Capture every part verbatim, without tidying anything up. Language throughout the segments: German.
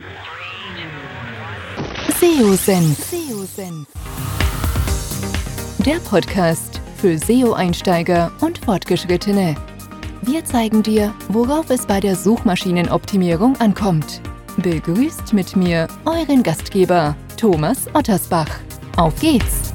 S E O-Senf. Der Podcast für S E O-Einsteiger und Fortgeschrittene. Wir zeigen dir, worauf es bei der Suchmaschinenoptimierung ankommt. Begrüßt mit mir euren Gastgeber, Thomas Ottersbach. Auf geht's!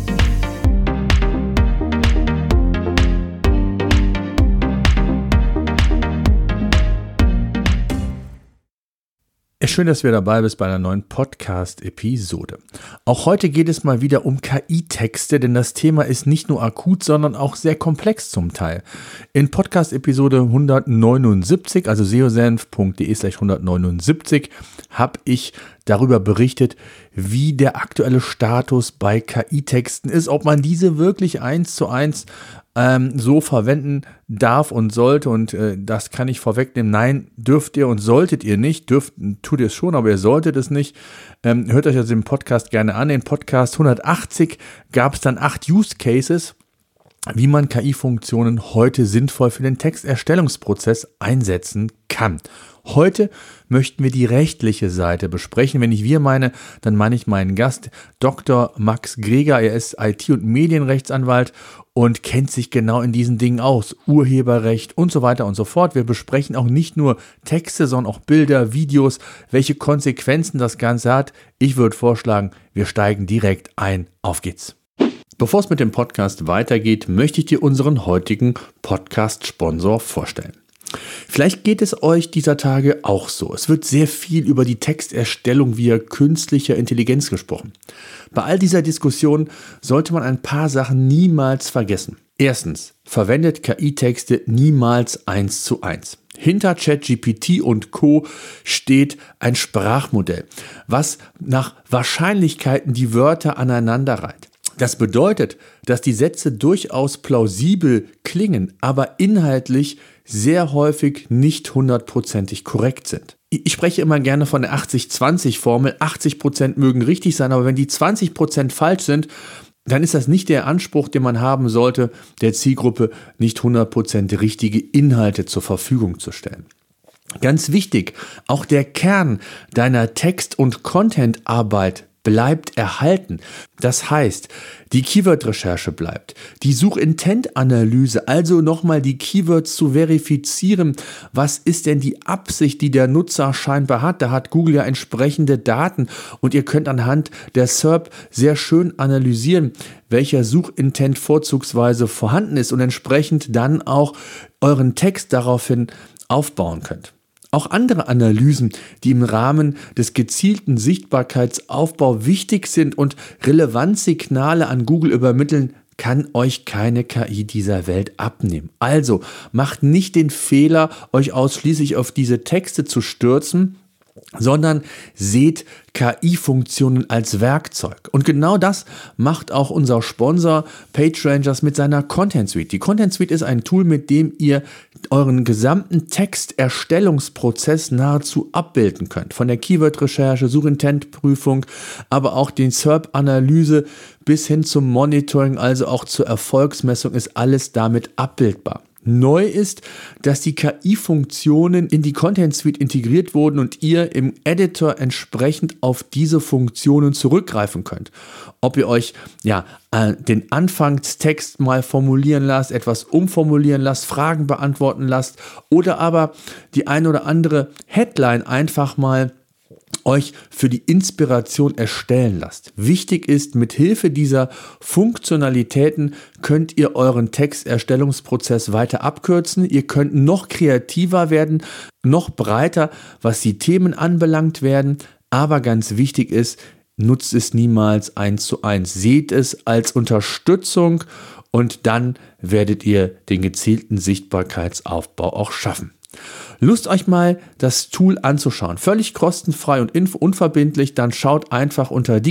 Schön, dass du dabei bist bei einer neuen Podcast-Episode. Auch heute geht es mal wieder um K I-Texte, denn das Thema ist nicht nur akut, sondern auch sehr komplex zum Teil. In Podcast-Episode hundertneunundsiebzig, also seosenf.de slash hundertneunundsiebzig, habe ich darüber berichtet, wie der aktuelle Status bei K I-Texten ist, ob man diese wirklich eins zu eins ähm, so verwenden darf und sollte. Und äh, das kann ich vorwegnehmen. Nein, dürft ihr und solltet ihr nicht. Dürft, tut ihr es schon, aber ihr solltet es nicht. Ähm, hört euch also den Podcast gerne an. In Podcast hundertachtzig gab es dann acht Use Cases, wie man K I-Funktionen heute sinnvoll für den Texterstellungsprozess einsetzen kann. Heute möchten wir die rechtliche Seite besprechen. Wenn ich wir meine, dann meine ich meinen Gast, Doktor Max Greger. Er ist I T- und Medienrechtsanwalt und kennt sich genau in diesen Dingen aus. Urheberrecht und so weiter und so fort. Wir besprechen auch nicht nur Texte, sondern auch Bilder, Videos, welche Konsequenzen das Ganze hat. Ich würde vorschlagen, wir steigen direkt ein. Auf geht's! Bevor es mit dem Podcast weitergeht, möchte ich dir unseren heutigen Podcast-Sponsor vorstellen. Vielleicht geht es euch dieser Tage auch so. Es wird sehr viel über die Texterstellung via künstlicher Intelligenz gesprochen. Bei all dieser Diskussion sollte man ein paar Sachen niemals vergessen. Erstens, verwendet K I-Texte niemals eins zu eins. Hinter ChatGPT und Co. steht ein Sprachmodell, was nach Wahrscheinlichkeiten die Wörter aneinander reiht. Das bedeutet, dass die Sätze durchaus plausibel klingen, aber inhaltlich sehr häufig nicht hundertprozentig korrekt sind. Ich spreche immer gerne von der achtzig zwanzig Formel. achtzig Prozent mögen richtig sein, aber wenn die zwanzig Prozent falsch sind, dann ist das nicht der Anspruch, den man haben sollte, der Zielgruppe nicht hundert Prozent richtige Inhalte zur Verfügung zu stellen. Ganz wichtig, auch der Kern deiner Text- und Content-Arbeit bleibt erhalten. Das heißt, die Keyword-Recherche bleibt, die Such-Intent-Analyse, also nochmal die Keywords zu verifizieren. Was ist denn die Absicht, die der Nutzer scheinbar hat? Da hat Google ja entsprechende Daten und ihr könnt anhand der S E R P sehr schön analysieren, welcher Such-Intent vorzugsweise vorhanden ist und entsprechend dann auch euren Text daraufhin aufbauen könnt. Auch andere Analysen, die im Rahmen des gezielten Sichtbarkeitsaufbaus wichtig sind und Relevanzsignale an Google übermitteln, kann euch keine K I dieser Welt abnehmen. Also macht nicht den Fehler, euch ausschließlich auf diese Texte zu stürzen, sondern seht K I-Funktionen als Werkzeug. Und genau das macht auch unser Sponsor PageRangers mit seiner Content Suite. Die Content Suite ist ein Tool, mit dem ihr euren gesamten Texterstellungsprozess nahezu abbilden könnt. Von der Keyword-Recherche, Suchintent-Prüfung, aber auch den S E R P-Analyse bis hin zum Monitoring, also auch zur Erfolgsmessung, ist alles damit abbildbar. Neu ist, dass die K I-Funktionen in die Content Suite integriert wurden und ihr im Editor entsprechend auf diese Funktionen zurückgreifen könnt. Ob ihr euch ja den Anfangstext mal formulieren lasst, etwas umformulieren lasst, Fragen beantworten lasst oder aber die eine oder andere Headline einfach mal euch für die Inspiration erstellen lasst. Wichtig ist, mit Hilfe dieser Funktionalitäten könnt ihr euren Texterstellungsprozess weiter abkürzen. Ihr könnt noch kreativer werden, noch breiter, was die Themen anbelangt werden. Aber ganz wichtig ist, nutzt es niemals eins zu eins. Seht es als Unterstützung und dann werdet ihr den gezielten Sichtbarkeitsaufbau auch schaffen. Lust euch mal das Tool anzuschauen. Völlig kostenfrei und unverbindlich. Dann schaut einfach unter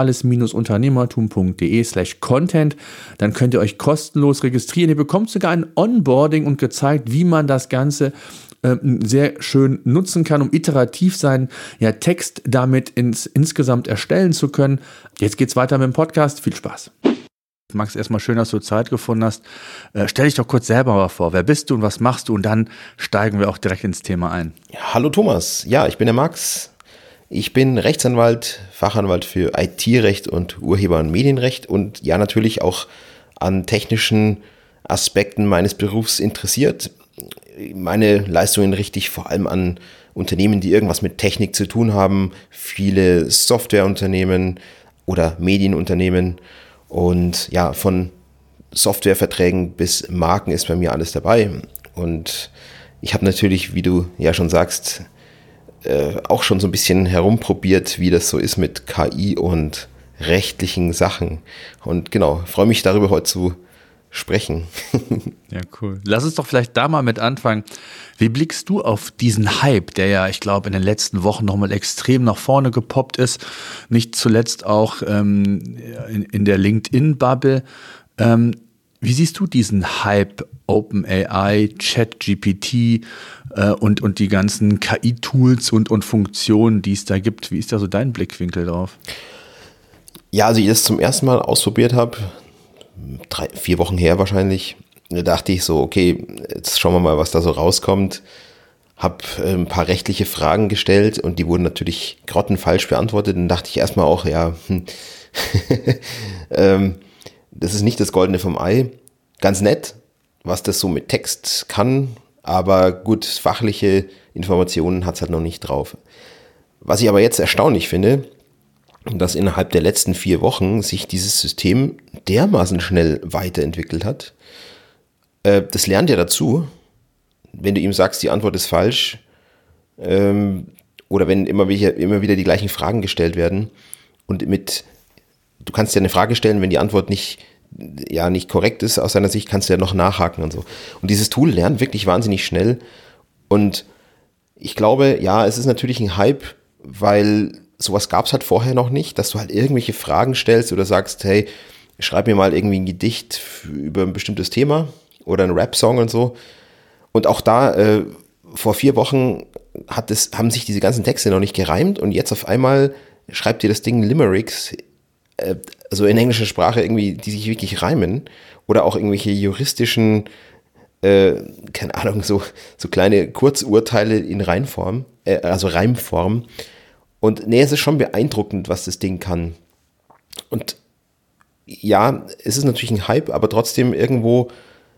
digitales-unternehmertum.de slash content. Dann könnt ihr euch kostenlos registrieren. Ihr bekommt sogar ein Onboarding und gezeigt, wie man das Ganze äh, sehr schön nutzen kann, um iterativ seinen ja, Text damit ins, insgesamt erstellen zu können. Jetzt geht's weiter mit dem Podcast. Viel Spaß. Max, erstmal schön, dass du Zeit gefunden hast. Äh, stell dich doch kurz selber mal vor. Wer bist du und was machst du? Und dann steigen wir auch direkt ins Thema ein. Ja, hallo Thomas. Ja, ich bin der Max. Ich bin Rechtsanwalt, Fachanwalt für I T-Recht und Urheber- und Medienrecht und ja natürlich auch an technischen Aspekten meines Berufs interessiert. Meine Leistungen richte ich vor allem an Unternehmen, die irgendwas mit Technik zu tun haben, viele Softwareunternehmen oder Medienunternehmen und ja, von Softwareverträgen bis Marken ist bei mir alles dabei. Und ich habe natürlich, wie du ja schon sagst, äh, auch schon so ein bisschen herumprobiert, wie das so ist mit K I und rechtlichen Sachen. Und genau, freue mich darüber heute zu sprechen. Ja, cool. Lass uns doch vielleicht da mal mit anfangen. Wie blickst du auf diesen Hype, der ja, ich glaube, in den letzten Wochen nochmal extrem nach vorne gepoppt ist, nicht zuletzt auch ähm, in, in der LinkedIn-Bubble. Ähm, wie siehst du diesen Hype, OpenAI, ChatGPT äh, und, und die ganzen K I-Tools und, und Funktionen, die es da gibt? Wie ist da so dein Blickwinkel drauf? Ja, als ich das zum ersten Mal ausprobiert habe, drei, vier Wochen her wahrscheinlich, da dachte ich so, okay, jetzt schauen wir mal, was da so rauskommt. Habe ein paar rechtliche Fragen gestellt und die wurden natürlich grottenfalsch beantwortet. Dann dachte ich erstmal auch, ja, hm, ähm, das ist nicht das Goldene vom Ei. Ganz nett, was das so mit Text kann, aber gut, fachliche Informationen hat es halt noch nicht drauf. Was ich aber jetzt erstaunlich finde, dass innerhalb der letzten vier Wochen sich dieses System dermaßen schnell weiterentwickelt hat. Äh, das lernt ja dazu, wenn du ihm sagst, die Antwort ist falsch, ähm, oder wenn immer wieder, immer wieder die gleichen Fragen gestellt werden und mit, du kannst ja eine Frage stellen, wenn die Antwort nicht, ja, nicht korrekt ist aus seiner Sicht, kannst du ja noch nachhaken und so. Und dieses Tool lernt wirklich wahnsinnig schnell und ich glaube, ja, es ist natürlich ein Hype, weil sowas gab es halt vorher noch nicht, dass du halt irgendwelche Fragen stellst oder sagst, hey, schreib mir mal irgendwie ein Gedicht über ein bestimmtes Thema oder einen Rap-Song und so. Und auch da, äh, vor vier Wochen hat es, haben sich diese ganzen Texte noch nicht gereimt und jetzt auf einmal schreibt dir das Ding Limericks, äh, also in englischer Sprache irgendwie, die sich wirklich reimen oder auch irgendwelche juristischen, äh, keine Ahnung, so, so kleine Kurzurteile in Reinform, äh, also Reimform. Und nee, es ist schon beeindruckend, was das Ding kann. Und ja, es ist natürlich ein Hype, aber trotzdem irgendwo,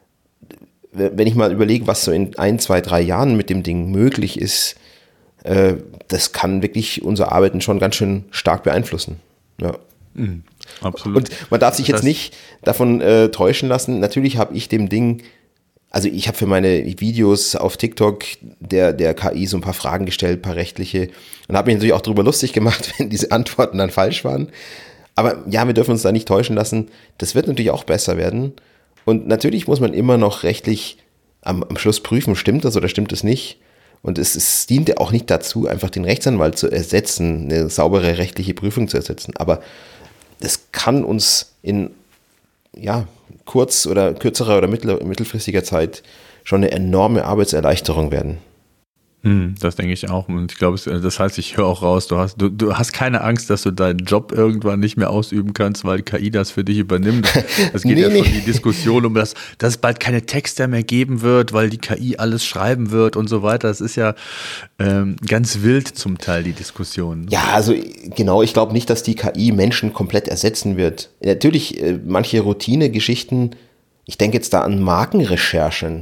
wenn ich mal überlege, was so in ein, zwei, drei Jahren mit dem Ding möglich ist, äh, das kann wirklich unser Arbeiten schon ganz schön stark beeinflussen. Ja. Mhm, absolut. Und man darf sich Das jetzt nicht davon äh, täuschen lassen. Natürlich habe ich dem Ding, also ich habe für meine Videos auf TikTok der, der K I so ein paar Fragen gestellt, ein paar rechtliche, und habe mich natürlich auch darüber lustig gemacht, wenn diese Antworten dann falsch waren. Aber ja, wir dürfen uns da nicht täuschen lassen. Das wird natürlich auch besser werden. Und natürlich muss man immer noch rechtlich am, am Schluss prüfen, stimmt das oder stimmt es nicht. Und es, es dient ja auch nicht dazu, einfach den Rechtsanwalt zu ersetzen, eine saubere rechtliche Prüfung zu ersetzen. Aber das kann uns in ja, kurz- oder kürzerer oder mittel, mittelfristiger Zeit schon eine enorme Arbeitserleichterung werden. Hm, das denke ich auch. Und ich glaube, das heißt, ich höre auch raus, du hast, du, du hast keine Angst, dass du deinen Job irgendwann nicht mehr ausüben kannst, weil K I das für dich übernimmt. Es geht nee, ja schon nee. die Diskussion um das, dass es bald keine Texte mehr geben wird, weil die K I alles schreiben wird und so weiter. Das ist ja ähm, ganz wild zum Teil, die Diskussion. Ja, also genau, ich glaube nicht, dass die K I Menschen komplett ersetzen wird. Natürlich, äh, manche Routine-Geschichten, ich denke jetzt da an Markenrecherchen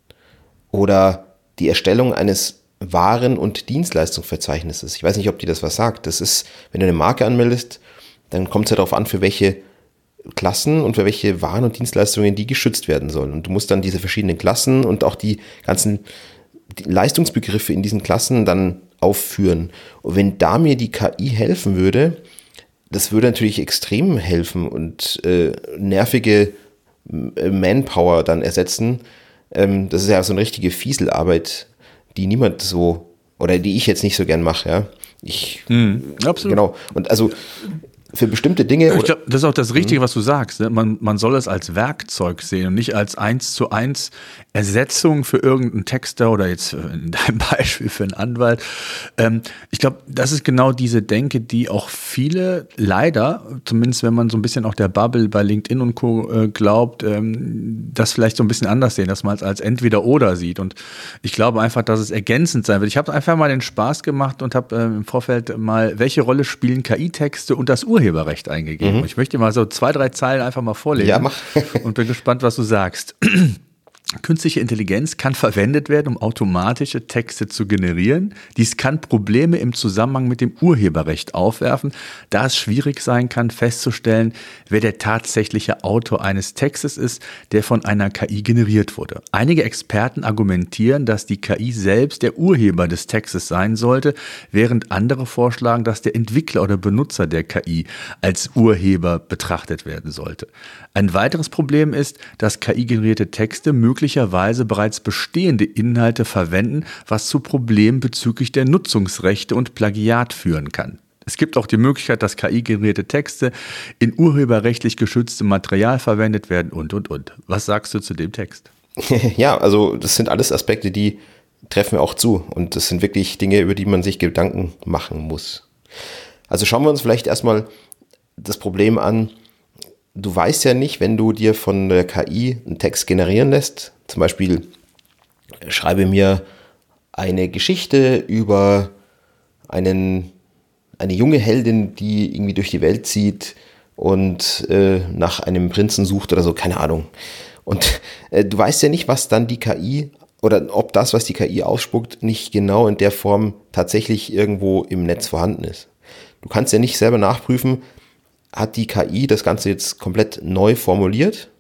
oder die Erstellung eines Waren- und Dienstleistungsverzeichnisses. Ich weiß nicht, ob dir das was sagt. Das ist, wenn du eine Marke anmeldest, dann kommt es ja darauf an, für welche Klassen und für welche Waren und Dienstleistungen die geschützt werden sollen. Und du musst dann diese verschiedenen Klassen und auch die ganzen die Leistungsbegriffe in diesen Klassen dann aufführen. Und wenn da mir die K I helfen würde, das würde natürlich extrem helfen und äh, nervige Manpower dann ersetzen. Ähm, das ist ja so eine richtige Fieselarbeit, die niemand so, oder die ich jetzt nicht so gern mache, ja. Ich, mhm, absolut. Genau. Und also, für bestimmte Dinge. Ich glaube, das ist auch das Richtige, was du sagst. Ne? Man, man soll es als Werkzeug sehen und nicht als eins zu eins Ersetzung für irgendeinen Texter oder jetzt in deinem Beispiel für einen Anwalt. Ähm, ich glaube, das ist genau diese Denke, die auch viele leider, zumindest wenn man so ein bisschen auch der Bubble bei LinkedIn und Co. Äh, glaubt, ähm, das vielleicht so ein bisschen anders sehen, dass man es als Entweder-Oder sieht. Und ich glaube einfach, dass es ergänzend sein wird. Ich habe einfach mal den Spaß gemacht und habe äh, im Vorfeld mal, welche Rolle spielen K I-Texte und das Urheberrecht eingegeben. Mhm. Ich möchte mal so zwei, drei Zeilen einfach mal vorlesen. Ja, mach. Und bin gespannt, was du sagst. Künstliche Intelligenz kann verwendet werden, um automatische Texte zu generieren. Dies kann Probleme im Zusammenhang mit dem Urheberrecht aufwerfen, da es schwierig sein kann, festzustellen, wer der tatsächliche Autor eines Textes ist, der von einer K I generiert wurde. Einige Experten argumentieren, dass die K I selbst der Urheber des Textes sein sollte, während andere vorschlagen, dass der Entwickler oder Benutzer der K I als Urheber betrachtet werden sollte. Ein weiteres Problem ist, dass K I-generierte Texte möglicherweise bereits bestehende Inhalte verwenden, was zu Problemen bezüglich der Nutzungsrechte und Plagiat führen kann. Es gibt auch die Möglichkeit, dass K I-generierte Texte in urheberrechtlich geschütztem Material verwendet werden und, und, und. Was sagst du zu dem Text? Ja, also das sind alles Aspekte, die treffen mir auch zu. Und das sind wirklich Dinge, über die man sich Gedanken machen muss. Also schauen wir uns vielleicht erstmal das Problem an. Du weißt ja nicht, wenn du dir von der K I einen Text generieren lässt, zum Beispiel schreibe mir eine Geschichte über einen, eine junge Heldin, die irgendwie durch die Welt zieht und äh, nach einem Prinzen sucht oder so, keine Ahnung. Und äh, du weißt ja nicht, was dann die K I oder ob das, was die K I ausspuckt, nicht genau in der Form tatsächlich irgendwo im Netz vorhanden ist. Du kannst ja nicht selber nachprüfen, hat die K I das Ganze jetzt komplett neu formuliert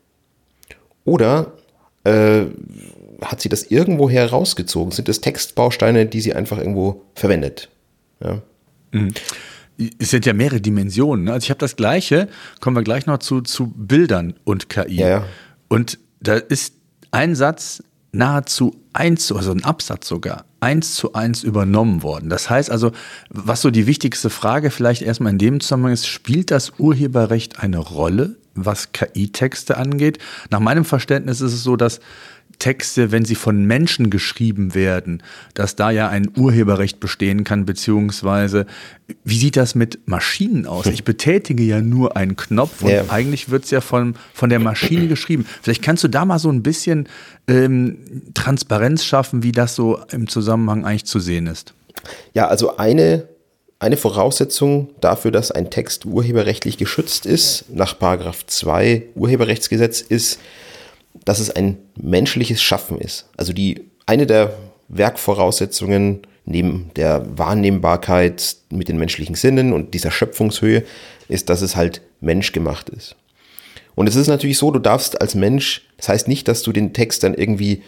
oder äh, hat sie das irgendwo herausgezogen? Sind das Textbausteine, die sie einfach irgendwo verwendet? Ja. Mhm. Es sind ja mehrere Dimensionen. Ne? Also ich habe das Gleiche, kommen wir gleich noch zu, zu Bildern und K I. Ja, ja. Und da ist ein Satz nahezu eins, also ein Absatz sogar, eins zu eins übernommen worden. Das heißt also, was so die wichtigste Frage vielleicht erstmal in dem Zusammenhang ist, spielt das Urheberrecht eine Rolle, was K I-Texte angeht? Nach meinem Verständnis ist es so, dass Texte, wenn sie von Menschen geschrieben werden, dass da ja ein Urheberrecht bestehen kann, beziehungsweise wie sieht das mit Maschinen aus? Ich betätige ja nur einen Knopf und ja. eigentlich wird es ja von, von der Maschine geschrieben. Vielleicht kannst du da mal so ein bisschen ähm, Transparenz schaffen, wie das so im Zusammenhang eigentlich zu sehen ist. Ja, also eine, eine Voraussetzung dafür, dass ein Text urheberrechtlich geschützt ist, nach Paragraph zwei Urheberrechtsgesetz, ist, dass es ein menschliches Schaffen ist. Also die eine der Werkvoraussetzungen neben der Wahrnehmbarkeit mit den menschlichen Sinnen und dieser Schöpfungshöhe ist, dass es halt menschgemacht ist. Und es ist natürlich so, du darfst als Mensch, das heißt nicht, dass du den Text dann irgendwie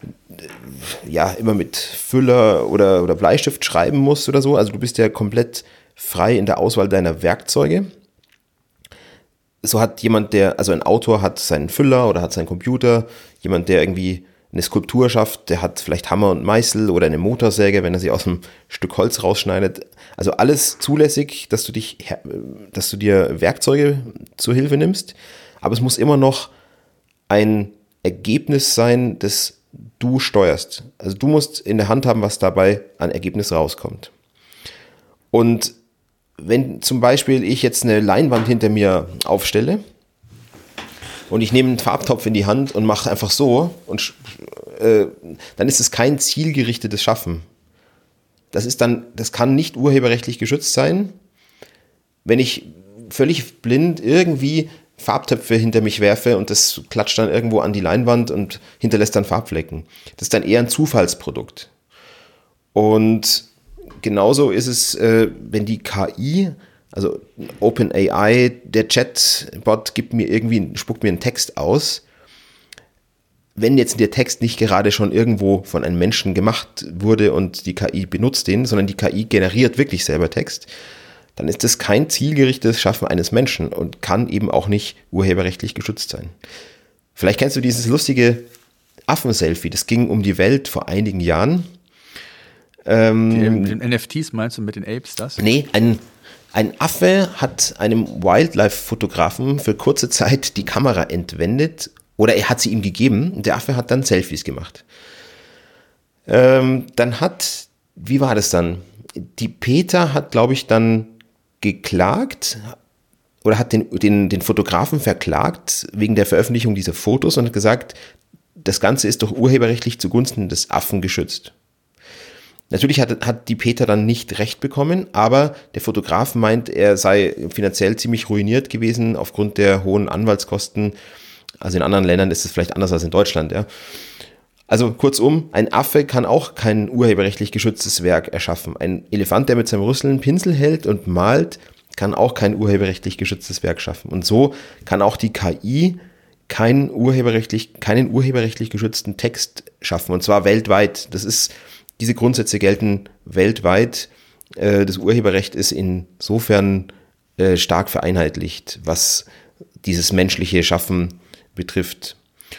ja immer mit Füller oder, oder Bleistift schreiben musst oder so. Also du bist ja komplett frei in der Auswahl deiner Werkzeuge. So hat jemand, der, also ein Autor hat seinen Füller oder hat seinen Computer, jemand, der irgendwie eine Skulptur schafft, der hat vielleicht Hammer und Meißel oder eine Motorsäge, wenn er sie aus einem Stück Holz rausschneidet. Also alles zulässig, dass du dich, dass du dir Werkzeuge zur Hilfe nimmst, aber es muss immer noch ein Ergebnis sein, das du steuerst. Also du musst in der Hand haben, was dabei an Ergebnis rauskommt. Und wenn zum Beispiel ich jetzt eine Leinwand hinter mir aufstelle und ich nehme einen Farbtopf in die Hand und mache einfach so, und äh, dann ist es kein zielgerichtetes Schaffen. Das ist dann, das kann nicht urheberrechtlich geschützt sein, wenn ich völlig blind irgendwie Farbtöpfe hinter mich werfe und das klatscht dann irgendwo an die Leinwand und hinterlässt dann Farbflecken. Das ist dann eher ein Zufallsprodukt. Und genauso ist es, äh, wenn die K I, also OpenAI, der Chatbot gibt mir irgendwie, spuckt mir einen Text aus. Wenn jetzt der Text nicht gerade schon irgendwo von einem Menschen gemacht wurde und die K I benutzt den, sondern die K I generiert wirklich selber Text, dann ist das kein zielgerichtetes Schaffen eines Menschen und kann eben auch nicht urheberrechtlich geschützt sein. Vielleicht kennst du dieses lustige Affen-Selfie, das ging um die Welt vor einigen Jahren. Ähm, die, mit den N F Ts meinst du mit den Apes das? Nee, ein, ein Affe hat einem Wildlife-Fotografen für kurze Zeit die Kamera entwendet oder er hat sie ihm gegeben und der Affe hat dann Selfies gemacht. Ähm, dann hat, wie war das dann? Die PETA hat, glaube ich, dann geklagt oder hat den, den, den Fotografen verklagt wegen der Veröffentlichung dieser Fotos und hat gesagt, das Ganze ist doch urheberrechtlich zugunsten des Affen geschützt. Natürlich hat, hat die PETA dann nicht recht bekommen, aber der Fotograf meint, er sei finanziell ziemlich ruiniert gewesen aufgrund der hohen Anwaltskosten. Also in anderen Ländern ist es vielleicht anders als in Deutschland, ja. Also kurzum, ein Affe kann auch kein urheberrechtlich geschütztes Werk erschaffen. Ein Elefant, der mit seinem Rüssel einen Pinsel hält und malt, kann auch kein urheberrechtlich geschütztes Werk schaffen. Und so kann auch die K I keinen urheberrechtlich, keinen urheberrechtlich geschützten Text schaffen. Und zwar weltweit. Das ist, diese Grundsätze gelten weltweit. Das Urheberrecht ist insofern stark vereinheitlicht, was dieses menschliche Schaffen betrifft.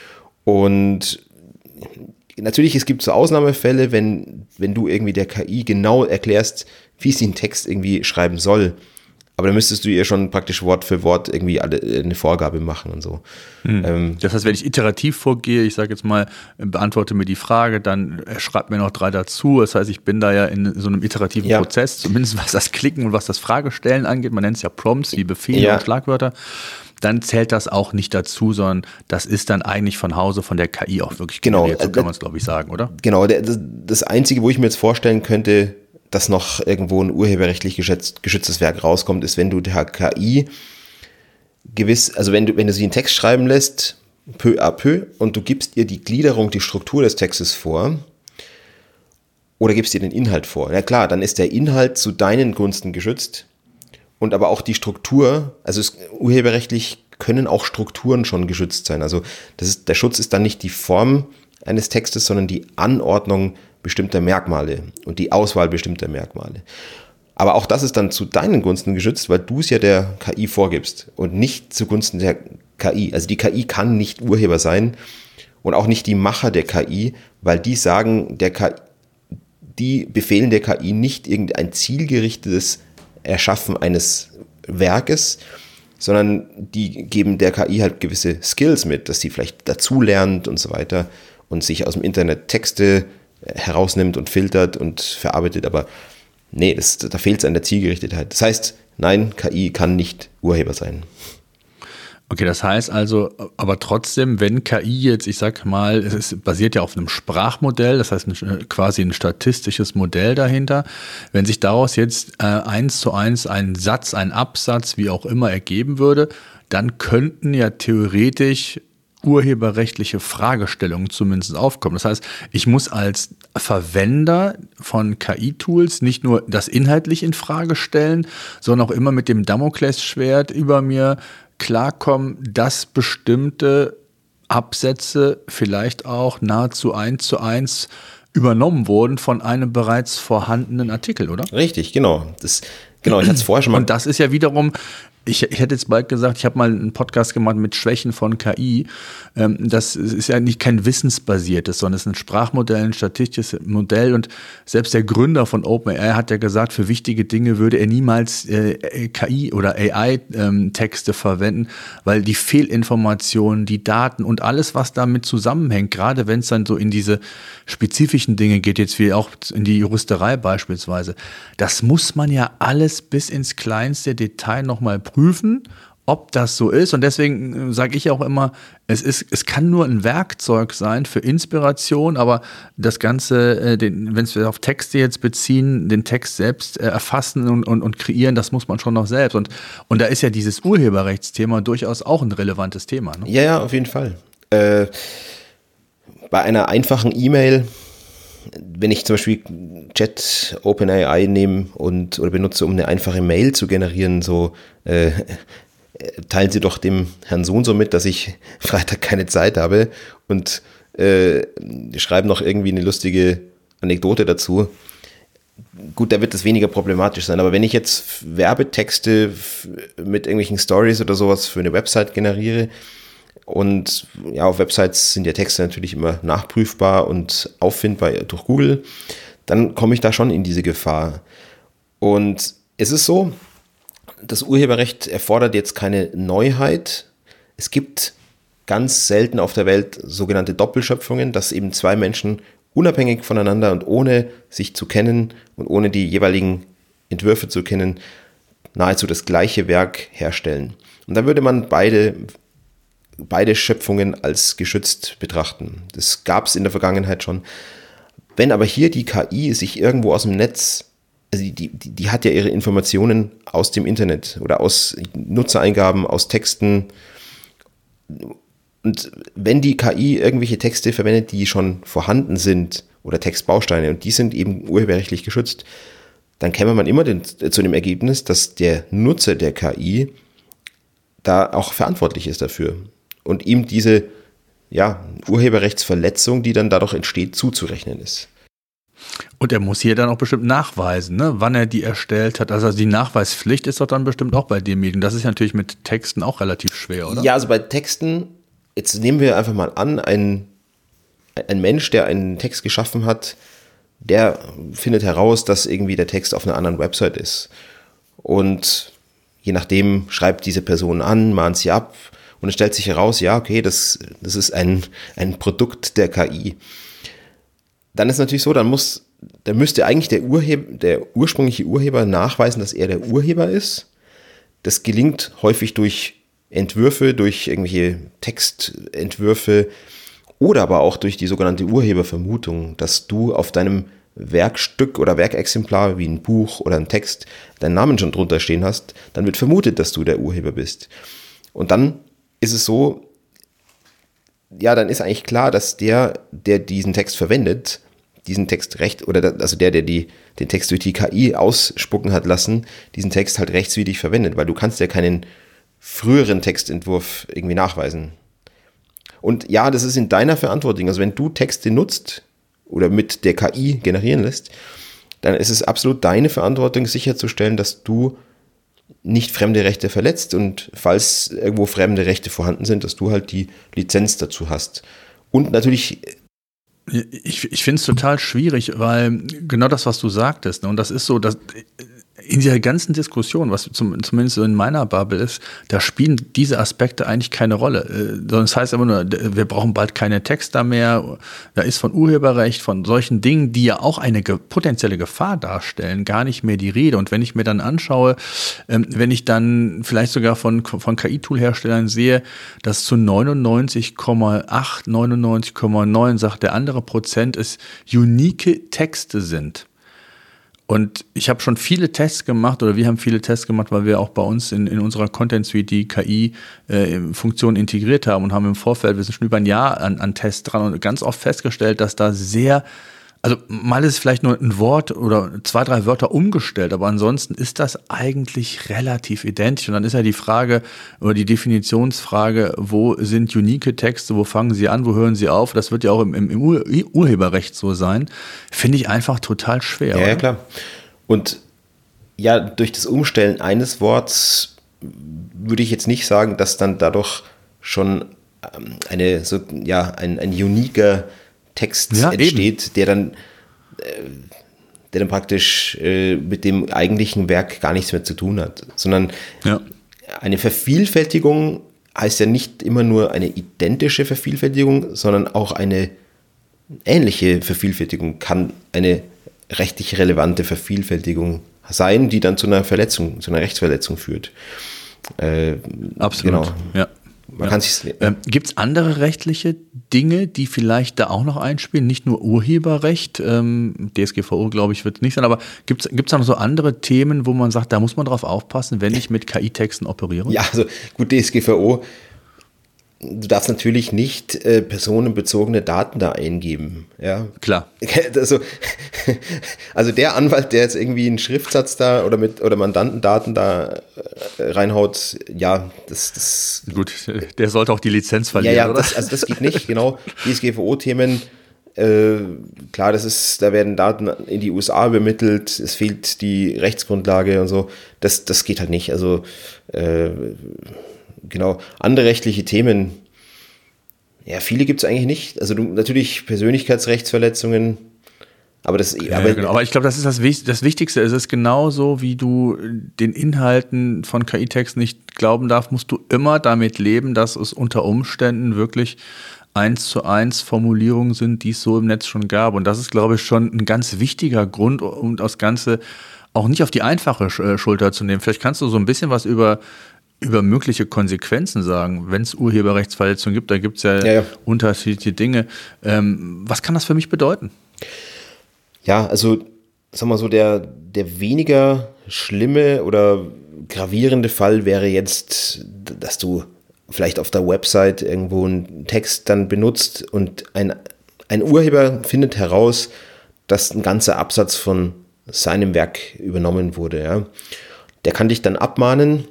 Und natürlich, es gibt so Ausnahmefälle, wenn, wenn du irgendwie der K I genau erklärst, wie sie einen Text irgendwie schreiben soll. Aber dann müsstest du ihr schon praktisch Wort für Wort irgendwie alle, eine Vorgabe machen und so. Hm. Ähm, das heißt, wenn ich iterativ vorgehe, ich sage jetzt mal, beantworte mir die Frage, dann schreibt mir noch drei dazu. Das heißt, ich bin da ja in so einem iterativen ja. Prozess, zumindest was das Klicken und was das Fragestellen angeht. Man nennt es ja Prompts, wie Befehle ja. und Schlagwörter. Dann zählt das auch nicht dazu, sondern das ist dann eigentlich von Hause von der K I auch wirklich generiert, genau, so kann man es, glaube ich, sagen, oder? Genau, das, das Einzige, wo ich mir jetzt vorstellen könnte, dass noch irgendwo ein urheberrechtlich geschützt, geschütztes Werk rauskommt, ist, wenn du der K I gewiss, also wenn du, wenn du sie einen Text schreiben lässt, peu à peu, und du gibst ihr die Gliederung, die Struktur des Textes vor, oder gibst ihr den Inhalt vor. Na klar, dann ist der Inhalt zu deinen Gunsten geschützt, und aber auch die Struktur, also es, urheberrechtlich können auch Strukturen schon geschützt sein. Also das ist, der Schutz ist dann nicht die Form eines Textes, sondern die Anordnung bestimmter Merkmale und die Auswahl bestimmter Merkmale. Aber auch das ist dann zu deinen Gunsten geschützt, weil du es ja der K I vorgibst und nicht zugunsten der K I. Also die K I kann nicht Urheber sein und auch nicht die Macher der K I, weil die sagen, der K I, die befehlen der K I nicht irgendein zielgerichtetes Erschaffen eines Werkes, sondern die geben der K I halt gewisse Skills mit, dass sie vielleicht dazulernt und so weiter und sich aus dem Internet Texte herausnimmt und filtert und verarbeitet, aber nee, das, da fehlt es an der Zielgerichtetheit. Das heißt, nein, K I kann nicht Urheber sein. Okay, das heißt also, aber trotzdem, wenn K I jetzt, ich sag mal, es ist, basiert ja auf einem Sprachmodell, das heißt ein, quasi ein statistisches Modell dahinter, wenn sich daraus jetzt äh, eins zu eins ein Satz, ein Absatz, wie auch immer ergeben würde, dann könnten ja theoretisch urheberrechtliche Fragestellungen zumindest aufkommen. Das heißt, ich muss als Verwender von K I-Tools nicht nur das inhaltlich in Frage stellen, sondern auch immer mit dem Damoklesschwert über mir klarkommen, dass bestimmte Absätze vielleicht auch nahezu eins zu eins übernommen wurden von einem bereits vorhandenen Artikel, oder? Richtig, genau. Das, genau, ich hatte es vorher schon mal. Und das ist ja wiederum, ich, ich hätte jetzt bald gesagt, ich habe mal einen Podcast gemacht mit Schwächen von K I. Das ist ja nicht kein wissensbasiertes, sondern es ist ein Sprachmodell, ein statistisches Modell. Und selbst der Gründer von OpenAI hat ja gesagt, für wichtige Dinge würde er niemals äh, K I oder A I-Texte ähm, verwenden, weil die Fehlinformationen, die Daten und alles, was damit zusammenhängt, gerade wenn es dann so in diese spezifischen Dinge geht, jetzt wie auch in die Juristerei beispielsweise, das muss man ja alles bis ins kleinste Detail nochmal prüfen, ob das so ist. Und deswegen sage ich auch immer, es ist, es kann nur ein Werkzeug sein für Inspiration, aber das Ganze, wenn wir auf Texte jetzt beziehen, den Text selbst erfassen und, und, und kreieren, das muss man schon noch selbst. Und, und da ist ja dieses Urheberrechtsthema durchaus auch ein relevantes Thema. Ne? Ja, ja, auf jeden Fall. Äh, bei einer einfachen E-Mail, wenn ich zum Beispiel Chat OpenAI nehme und oder benutze, um eine einfache Mail zu generieren, so äh, teilen Sie doch dem Herrn so und so mit, dass ich Freitag keine Zeit habe und äh, schreiben noch irgendwie eine lustige Anekdote dazu. Gut, da wird es weniger problematisch sein, aber wenn ich jetzt Werbetexte mit irgendwelchen Stories oder sowas für eine Website generiere, und ja, auf Websites sind ja Texte natürlich immer nachprüfbar und auffindbar durch Google, dann komme ich da schon in diese Gefahr. Und es ist so, das Urheberrecht erfordert jetzt keine Neuheit. Es gibt ganz selten auf der Welt sogenannte Doppelschöpfungen, dass eben zwei Menschen unabhängig voneinander und ohne sich zu kennen und ohne die jeweiligen Entwürfe zu kennen, nahezu das gleiche Werk herstellen. Und da würde man beide, beide Schöpfungen als geschützt betrachten. Das gab es in der Vergangenheit schon. Wenn aber hier die K I sich irgendwo aus dem Netz, also die, die, die hat ja ihre Informationen aus dem Internet oder aus Nutzereingaben, aus Texten. Und wenn die K I irgendwelche Texte verwendet, die schon vorhanden sind oder Textbausteine und die sind eben urheberrechtlich geschützt, dann käme man immer den, zu dem Ergebnis, dass der Nutzer der K I da auch verantwortlich ist dafür und ihm diese ja, Urheberrechtsverletzung, die dann dadurch entsteht, zuzurechnen ist. Und er muss hier dann auch bestimmt nachweisen, ne, wann er die erstellt hat. Also die Nachweispflicht ist doch dann bestimmt auch bei dem Medium. Das ist natürlich mit Texten auch relativ schwer, oder? Ja, also bei Texten, jetzt nehmen wir einfach mal an, ein, ein Mensch, der einen Text geschaffen hat, der findet heraus, dass irgendwie der Text auf einer anderen Website ist. Und je nachdem schreibt diese Person an, mahnt sie ab und es stellt sich heraus, ja, okay, das, das ist ein, ein Produkt der K I. Dann ist natürlich so, dann muss, dann müsste eigentlich der Urheber, der ursprüngliche Urheber nachweisen, dass er der Urheber ist. Das gelingt häufig durch Entwürfe, durch irgendwelche Textentwürfe oder aber auch durch die sogenannte Urhebervermutung, dass du auf deinem Werkstück oder Werkexemplar wie ein Buch oder ein Text deinen Namen schon drunter stehen hast, dann wird vermutet, dass du der Urheber bist. Und dann ist es so, ja, dann ist eigentlich klar, dass der, der diesen Text verwendet, diesen Text recht, oder also der, der die, den Text durch die K I ausspucken hat lassen, diesen Text halt rechtswidrig verwendet, weil du kannst ja keinen früheren Textentwurf irgendwie nachweisen. Und ja, das ist in deiner Verantwortung. Also wenn du Texte nutzt oder mit der K I generieren lässt, dann ist es absolut deine Verantwortung, sicherzustellen, dass du nicht fremde Rechte verletzt und falls irgendwo fremde Rechte vorhanden sind, dass du halt die Lizenz dazu hast. Und natürlich... Ich, ich finde es total schwierig, weil genau das, was du sagtest, ne, und das ist so, dass in dieser ganzen Diskussion, was zum, zumindest so in meiner Bubble ist, da spielen diese Aspekte eigentlich keine Rolle. Sondern es heißt immer nur, wir brauchen bald keine Texter mehr. Da ist von Urheberrecht, von solchen Dingen, die ja auch eine ge- potenzielle Gefahr darstellen, gar nicht mehr die Rede. Und wenn ich mir dann anschaue, ähm, wenn ich dann vielleicht sogar von, von K I-Tool-Herstellern sehe, dass zu neunundneunzig Komma acht, neunundneunzig Komma neun, sagt der andere Prozent, es unique Texte sind. Und ich habe schon viele Tests gemacht oder wir haben viele Tests gemacht, weil wir auch bei uns in, in unserer Content Suite die K I-Funktion äh, integriert haben und haben im Vorfeld, wir sind schon über ein Jahr an, an Tests dran und ganz oft festgestellt, dass da sehr, also mal ist es vielleicht nur ein Wort oder zwei, drei Wörter umgestellt, aber ansonsten ist das eigentlich relativ identisch. Und dann ist ja die Frage oder die Definitionsfrage, wo sind unique Texte, wo fangen sie an, wo hören sie auf? Das wird ja auch im, im, im Ur- Urheberrecht so sein. Finde ich einfach total schwer. Ja, oder? ja, klar. Und ja, durch das Umstellen eines Worts würde ich jetzt nicht sagen, dass dann dadurch schon eine, so, ja, ein, ein uniker Text ja, entsteht, eben. der dann äh, der dann praktisch äh, mit dem eigentlichen Werk gar nichts mehr zu tun hat, sondern ja. eine Vervielfältigung heißt ja nicht immer nur eine identische Vervielfältigung, sondern auch eine ähnliche Vervielfältigung kann eine rechtlich relevante Vervielfältigung sein, die dann zu einer Verletzung, zu einer Rechtsverletzung führt. Äh, Absolut, genau. ja. Man ja. kann sich's, ähm, gibt es andere rechtliche Dinge, die vielleicht da auch noch einspielen? Nicht nur Urheberrecht, ähm, D S G V O, glaube ich, wird es nicht sein, aber gibt es da noch so andere Themen, wo man sagt, da muss man drauf aufpassen, wenn ich mit K I-Texten operiere? Ja, also gut, D S G V O, du darfst natürlich nicht äh, personenbezogene Daten da eingeben. Ja, klar. Also, also der Anwalt, der jetzt irgendwie einen Schriftsatz da oder mit oder Mandantendaten da äh, reinhaut, ja, das, das. Gut, der sollte auch die Lizenz verlieren, ja, ja, oder? Das, also das geht nicht, genau. D S G V O-Themen, äh, klar, das ist, da werden Daten in die U S A übermittelt, es fehlt die Rechtsgrundlage und so. Das, das geht halt nicht. Also äh, genau, andere rechtliche Themen, ja, viele gibt es eigentlich nicht. Also du, natürlich Persönlichkeitsrechtsverletzungen, Aber, das, ja, aber, genau. aber ich glaube, das ist das, das Wichtigste. Es ist genauso, wie du den Inhalten von K I-Text nicht glauben darfst, musst du immer damit leben, dass es unter Umständen wirklich eins zu eins Formulierungen sind, die es so im Netz schon gab. Und das ist, glaube ich, schon ein ganz wichtiger Grund, um das Ganze auch nicht auf die einfache Schulter zu nehmen. Vielleicht kannst du so ein bisschen was über, über mögliche Konsequenzen sagen, wenn es Urheberrechtsverletzungen gibt. Da gibt es ja, ja, ja unterschiedliche Dinge. Ähm, was kann das für mich bedeuten? Ja, also sagen wir so, der, der weniger schlimme oder gravierende Fall wäre jetzt, dass du vielleicht auf der Website irgendwo einen Text dann benutzt und ein, ein Urheber findet heraus, dass ein ganzer Absatz von seinem Werk übernommen wurde. Ja. Der kann dich dann abmahnen.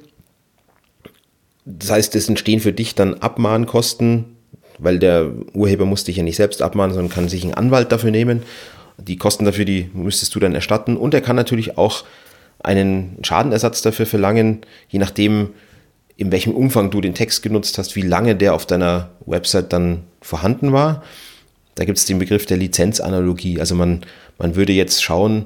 Das heißt, es entstehen für dich dann Abmahnkosten, weil der Urheber muss dich ja nicht selbst abmahnen, sondern kann sich einen Anwalt dafür nehmen. Die Kosten dafür, die müsstest du dann erstatten. Und er kann natürlich auch einen Schadenersatz dafür verlangen, je nachdem, in welchem Umfang du den Text genutzt hast, wie lange der auf deiner Website dann vorhanden war. Da gibt es den Begriff der Lizenzanalogie. Also man, man würde jetzt schauen,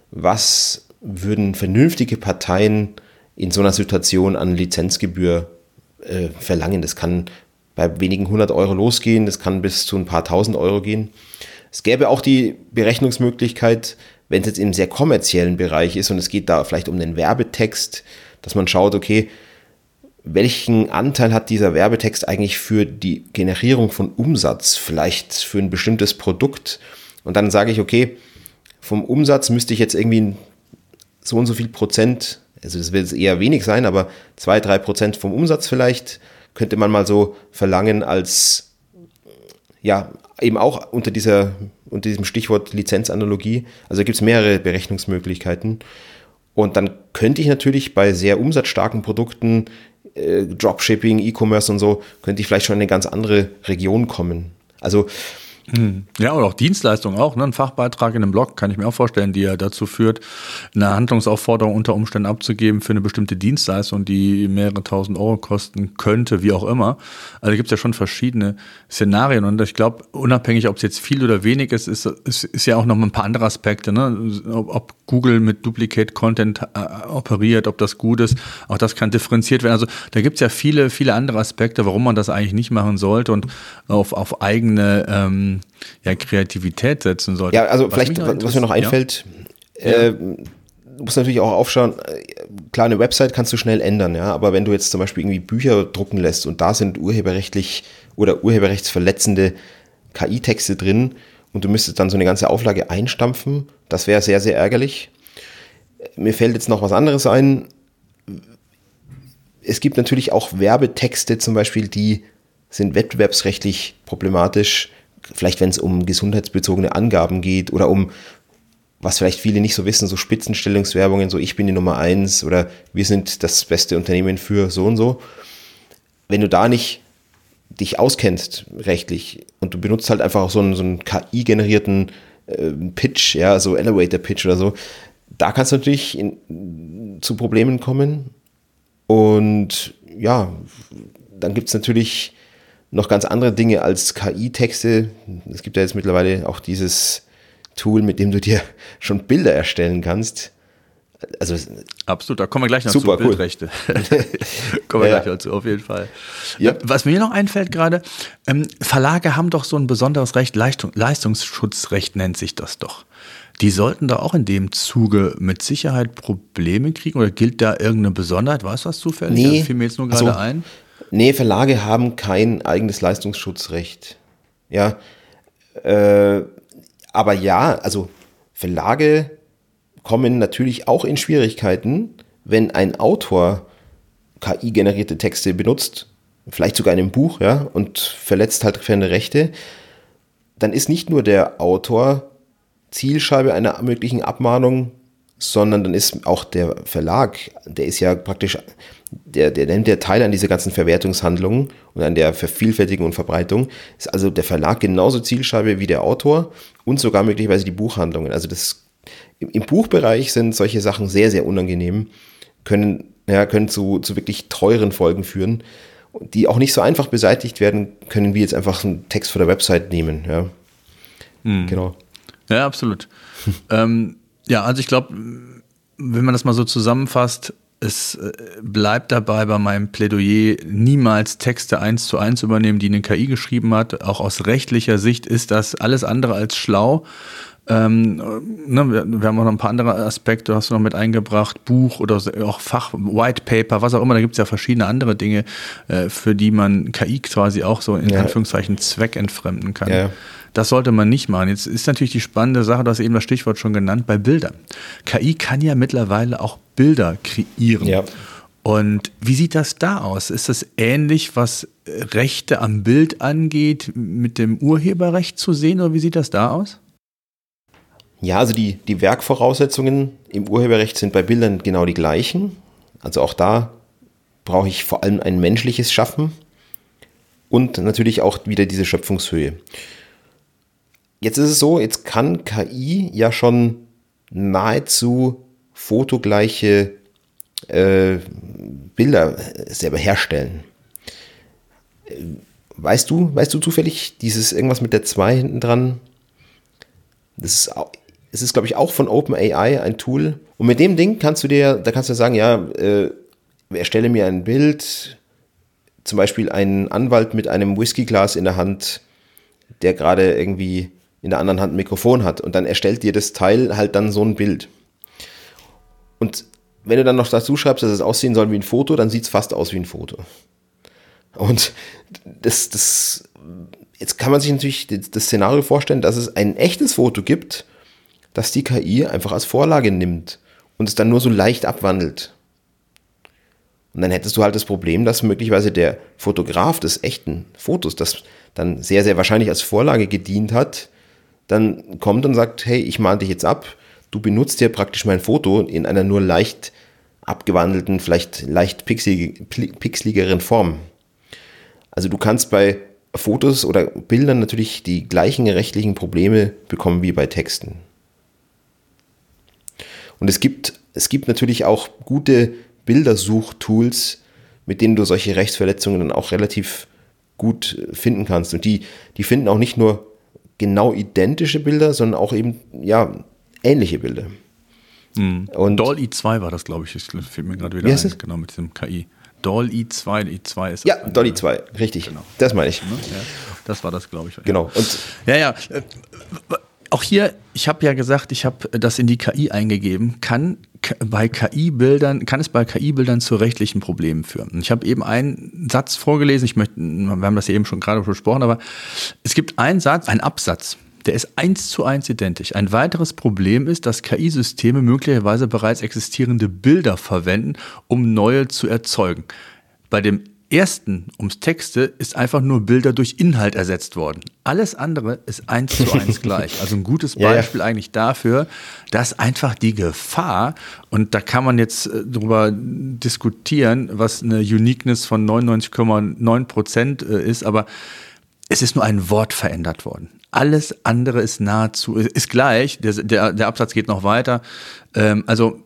was würden vernünftige Parteien in so einer Situation an Lizenzgebühr äh, verlangen. Das kann bei wenigen hundert Euro losgehen, das kann bis zu ein paar tausend Euro gehen. Es gäbe auch die Berechnungsmöglichkeit, wenn es jetzt im sehr kommerziellen Bereich ist und es geht da vielleicht um den Werbetext, dass man schaut, okay, welchen Anteil hat dieser Werbetext eigentlich für die Generierung von Umsatz, vielleicht für ein bestimmtes Produkt? Und dann sage ich, okay, vom Umsatz müsste ich jetzt irgendwie so und so viel Prozent, also das wird eher wenig sein, aber zwei, drei Prozent vom Umsatz vielleicht, könnte man mal so verlangen als, ja, eben auch unter dieser, unter diesem Stichwort Lizenzanalogie. Also da gibt es mehrere Berechnungsmöglichkeiten. Und dann könnte ich natürlich bei sehr umsatzstarken Produkten, äh, Dropshipping, E-Commerce und so, könnte ich vielleicht schon in eine ganz andere Region kommen. Also ja, oder auch Dienstleistungen auch, ne? Ein Fachbeitrag in einem Blog kann ich mir auch vorstellen, die ja dazu führt, eine Handlungsaufforderung unter Umständen abzugeben für eine bestimmte Dienstleistung, die mehrere tausend Euro kosten könnte, wie auch immer. Also gibt es ja schon verschiedene Szenarien und ich glaube, unabhängig, ob es jetzt viel oder wenig ist, ist, ist, ist ja auch noch mal ein paar andere Aspekte, ne? Ob, ob Google mit Duplicate Content äh, operiert, ob das gut ist, auch das kann differenziert werden. Also da gibt es ja viele, viele andere Aspekte, warum man das eigentlich nicht machen sollte und auf, auf eigene ähm, ja, Kreativität setzen sollte. Ja, also was vielleicht, was mir noch einfällt, ja. äh, du musst natürlich auch aufschauen, klar, eine Website kannst du schnell ändern, ja, aber wenn du jetzt zum Beispiel irgendwie Bücher drucken lässt und da sind urheberrechtlich oder urheberrechtsverletzende K I-Texte drin und du müsstest dann so eine ganze Auflage einstampfen, das wäre sehr, sehr ärgerlich. Mir fällt jetzt noch was anderes ein. Es gibt natürlich auch Werbetexte zum Beispiel, die sind wettbewerbsrechtlich problematisch, vielleicht wenn es um gesundheitsbezogene Angaben geht oder um, was vielleicht viele nicht so wissen, so Spitzenstellungswerbungen, so ich bin die Nummer eins oder wir sind das beste Unternehmen für so und so. Wenn du da nicht dich auskennst rechtlich und du benutzt halt einfach so einen, so einen K I-generierten äh, Pitch, ja, so Elevator-Pitch oder so, da kannst du natürlich in, zu Problemen kommen und ja, dann gibt es natürlich noch ganz andere Dinge als K I-Texte. Es gibt ja jetzt mittlerweile auch dieses Tool, mit dem du dir schon Bilder erstellen kannst. Also absolut, da kommen wir gleich noch super, zu, cool. Bildrechte. kommen wir ja. gleich dazu, auf jeden Fall. Ja. Was mir noch einfällt gerade, ähm, Verlage haben doch so ein besonderes Recht, Leistung, Leistungsschutzrecht nennt sich das doch. Die sollten da auch in dem Zuge mit Sicherheit Probleme kriegen oder gilt da irgendeine Besonderheit? Weißt du was zufällig? Nee. Das fiel mir jetzt nur gerade also, ein. Nee, Verlage haben kein eigenes Leistungsschutzrecht. Ja, äh, aber ja, also Verlage kommen natürlich auch in Schwierigkeiten, wenn ein Autor K I-generierte Texte benutzt, vielleicht sogar in einem Buch, ja, und verletzt halt keine Rechte, dann ist nicht nur der Autor Zielscheibe einer möglichen Abmahnung, sondern dann ist auch der Verlag, der ist ja praktisch, der, der nimmt ja teil an dieser ganzen Verwertungshandlung und an der Vervielfältigung und Verbreitung, ist also der Verlag genauso Zielscheibe wie der Autor und sogar möglicherweise die Buchhandlungen. Also das, im, im Buchbereich sind solche Sachen sehr, sehr unangenehm, können, ja, können zu, zu wirklich teuren Folgen führen, die auch nicht so einfach beseitigt werden können, wie jetzt einfach einen Text von der Website nehmen. Ja. Hm. Genau. Ja, absolut. ähm, ja, also ich glaube, wenn man das mal so zusammenfasst, es bleibt dabei bei meinem Plädoyer, niemals Texte eins zu eins übernehmen, die eine K I geschrieben hat. Auch aus rechtlicher Sicht ist das alles andere als schlau. Ähm, ne, wir, wir haben auch noch ein paar andere Aspekte, hast du noch mit eingebracht, Buch oder auch Fach, White Paper, was auch immer, da gibt es ja verschiedene andere Dinge, äh, für die man K I quasi auch so in ja. Anführungszeichen zweckentfremden kann. Ja. Das sollte man nicht machen. Jetzt ist natürlich die spannende Sache, du hast eben das Stichwort schon genannt, bei Bildern. K I kann ja mittlerweile auch Bilder kreieren. Ja. Und wie sieht das da aus? Ist das ähnlich, was Rechte am Bild angeht, mit dem Urheberrecht zu sehen, oder wie sieht das da aus? Ja, also die, die Werkvoraussetzungen im Urheberrecht sind bei Bildern genau die gleichen. Also auch da brauche ich vor allem ein menschliches Schaffen und natürlich auch wieder diese Schöpfungshöhe. Jetzt ist es so, jetzt kann K I ja schon nahezu fotogleiche äh, Bilder selber herstellen. Weißt du, weißt du zufällig dieses irgendwas mit der zwei hinten dran? Das ist auch, es ist, glaube ich, auch von OpenAI ein Tool. Und mit dem Ding kannst du dir, da kannst du sagen, ja, äh, erstelle mir ein Bild, zum Beispiel einen Anwalt mit einem Whiskyglas in der Hand, der gerade irgendwie in der anderen Hand ein Mikrofon hat. Und dann erstellt dir das Teil halt dann so ein Bild. Und wenn du dann noch dazu schreibst, dass es aussehen soll wie ein Foto, dann sieht es fast aus wie ein Foto. Und das, das, jetzt kann man sich natürlich das Szenario vorstellen, dass es ein echtes Foto gibt, das die K I einfach als Vorlage nimmt und es dann nur so leicht abwandelt. Und dann hättest du halt das Problem, dass möglicherweise der Fotograf des echten Fotos, das dann sehr, sehr wahrscheinlich als Vorlage gedient hat, dann kommt und sagt, hey, ich mahne dich jetzt ab, du benutzt ja praktisch mein Foto in einer nur leicht abgewandelten, vielleicht leicht pixelig, pixeligeren Form. Also du kannst bei Fotos oder Bildern natürlich die gleichen rechtlichen Probleme bekommen wie bei Texten. Und es gibt, es gibt natürlich auch gute Bildersuchtools, mit denen du solche Rechtsverletzungen dann auch relativ gut finden kannst. Und die, die finden auch nicht nur genau identische Bilder, sondern auch eben, ja, ähnliche Bilder. Mhm. Und D A L L-E zwei war das, glaube ich, das fällt mir gerade wieder ein, es? genau, mit diesem K I. D A L L-E zwei, E zwei ist das. Ja, D A L L-E zwei, richtig, genau. Das meine ich. Ja, das war das, glaube ich. Genau. Und ja, ja, auch hier, ich habe ja gesagt, ich habe das in die K I eingegeben, kann bei K I-Bildern, kann es bei K I-Bildern zu rechtlichen Problemen führen. Ich habe eben einen Satz vorgelesen, ich möchte, wir haben das ja eben schon gerade besprochen, aber es gibt einen Satz, einen Absatz, der ist eins zu eins identisch. Ein weiteres Problem ist, dass K I-Systeme möglicherweise bereits existierende Bilder verwenden, um neue zu erzeugen. Bei dem ersten, ums Texte, ist einfach nur Bilder durch Inhalt ersetzt worden. Alles andere ist eins zu eins gleich. Also ein gutes Beispiel ja, ja. eigentlich dafür, dass einfach die Gefahr, und da kann man jetzt äh, drüber diskutieren, was eine Uniqueness von neunundneunzig Komma neun Prozent äh, ist, aber es ist nur ein Wort verändert worden. Alles andere ist nahezu, ist gleich, der, der, der Absatz geht noch weiter. Ähm, also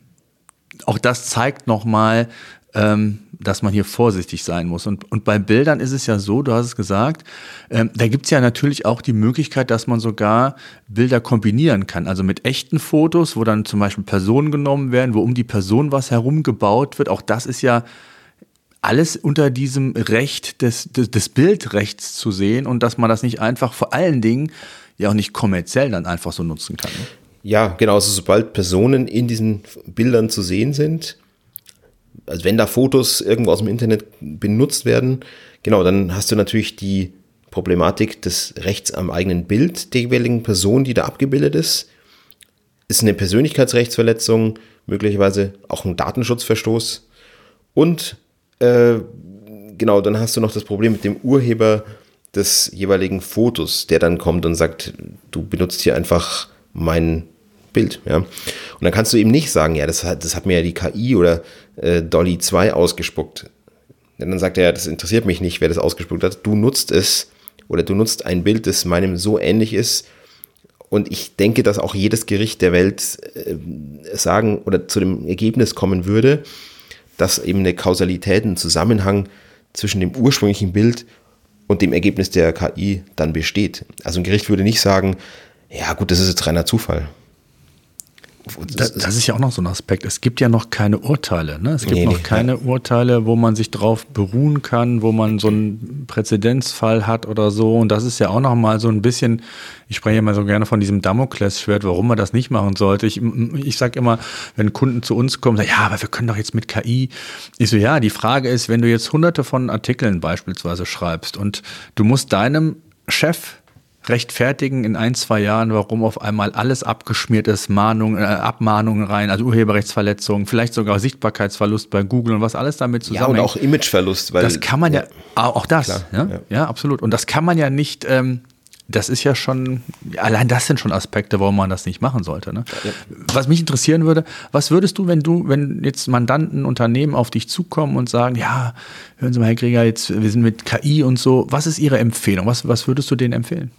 auch das zeigt nochmal, ähm, dass man hier vorsichtig sein muss. Und, und bei Bildern ist es ja so, du hast es gesagt, ähm, da gibt es ja natürlich auch die Möglichkeit, dass man sogar Bilder kombinieren kann. Also mit echten Fotos, wo dann zum Beispiel Personen genommen werden, wo um die Person was herum gebaut wird. Auch das ist ja alles unter diesem Recht des, des, des Bildrechts zu sehen und dass man das nicht einfach, vor allen Dingen ja auch nicht kommerziell dann einfach so nutzen kann. Ne? Ja, genau. Also sobald Personen in diesen Bildern zu sehen sind, also wenn da Fotos irgendwo aus dem Internet benutzt werden, genau, dann hast du natürlich die Problematik des Rechts am eigenen Bild der jeweiligen Person, die da abgebildet ist. Ist eine Persönlichkeitsrechtsverletzung, möglicherweise auch ein Datenschutzverstoß. Und äh, genau, dann hast du noch das Problem mit dem Urheber des jeweiligen Fotos, der dann kommt und sagt, du benutzt hier einfach mein Bild, ja. Und dann kannst du eben nicht sagen, ja, das hat, das hat mir ja die K I oder äh, D A L L-E zwei ausgespuckt. Und dann sagt er, ja, das interessiert mich nicht, wer das ausgespuckt hat. Du nutzt es oder du nutzt ein Bild, das meinem so ähnlich ist. Und ich denke, dass auch jedes Gericht der Welt äh, sagen oder zu dem Ergebnis kommen würde, dass eben eine Kausalität, ein Zusammenhang zwischen dem ursprünglichen Bild und dem Ergebnis der K I dann besteht. Also ein Gericht würde nicht sagen, Ja gut, das ist jetzt reiner Zufall. Das, das ist ja auch noch so ein Aspekt. Es gibt ja noch keine Urteile. Ne? Es gibt nee, noch nee, keine ja. Urteile, wo man sich drauf beruhen kann, wo man so einen Präzedenzfall hat oder so. Und das ist ja auch noch mal so ein bisschen, ich spreche ja mal so gerne von diesem Damoklesschwert, warum man das nicht machen sollte. Ich, ich sage immer, wenn Kunden zu uns kommen, sagen, ja, aber wir können doch jetzt mit K I. Ich so, ja, die Frage ist, wenn du jetzt hunderte von Artikeln beispielsweise schreibst und du musst deinem Chef rechtfertigen in ein, zwei Jahren, warum auf einmal alles abgeschmiert ist, Mahnungen, äh, Abmahnungen rein, also Urheberrechtsverletzungen, vielleicht sogar Sichtbarkeitsverlust bei Google und was alles damit zusammenhängt. Ja, und auch Imageverlust. Weil, das kann man ja, ja auch das, klar, ja, ja. ja, absolut. Und das kann man ja nicht, ähm, das ist ja schon, allein das sind schon Aspekte, warum man das nicht machen sollte. Ne? Ja. Was mich interessieren würde, was würdest du, wenn du, wenn jetzt Mandanten, Unternehmen auf dich zukommen und sagen, ja, hören Sie mal, Herr Greger, jetzt, wir sind mit K I und so, was ist Ihre Empfehlung? Was, was würdest du denen empfehlen?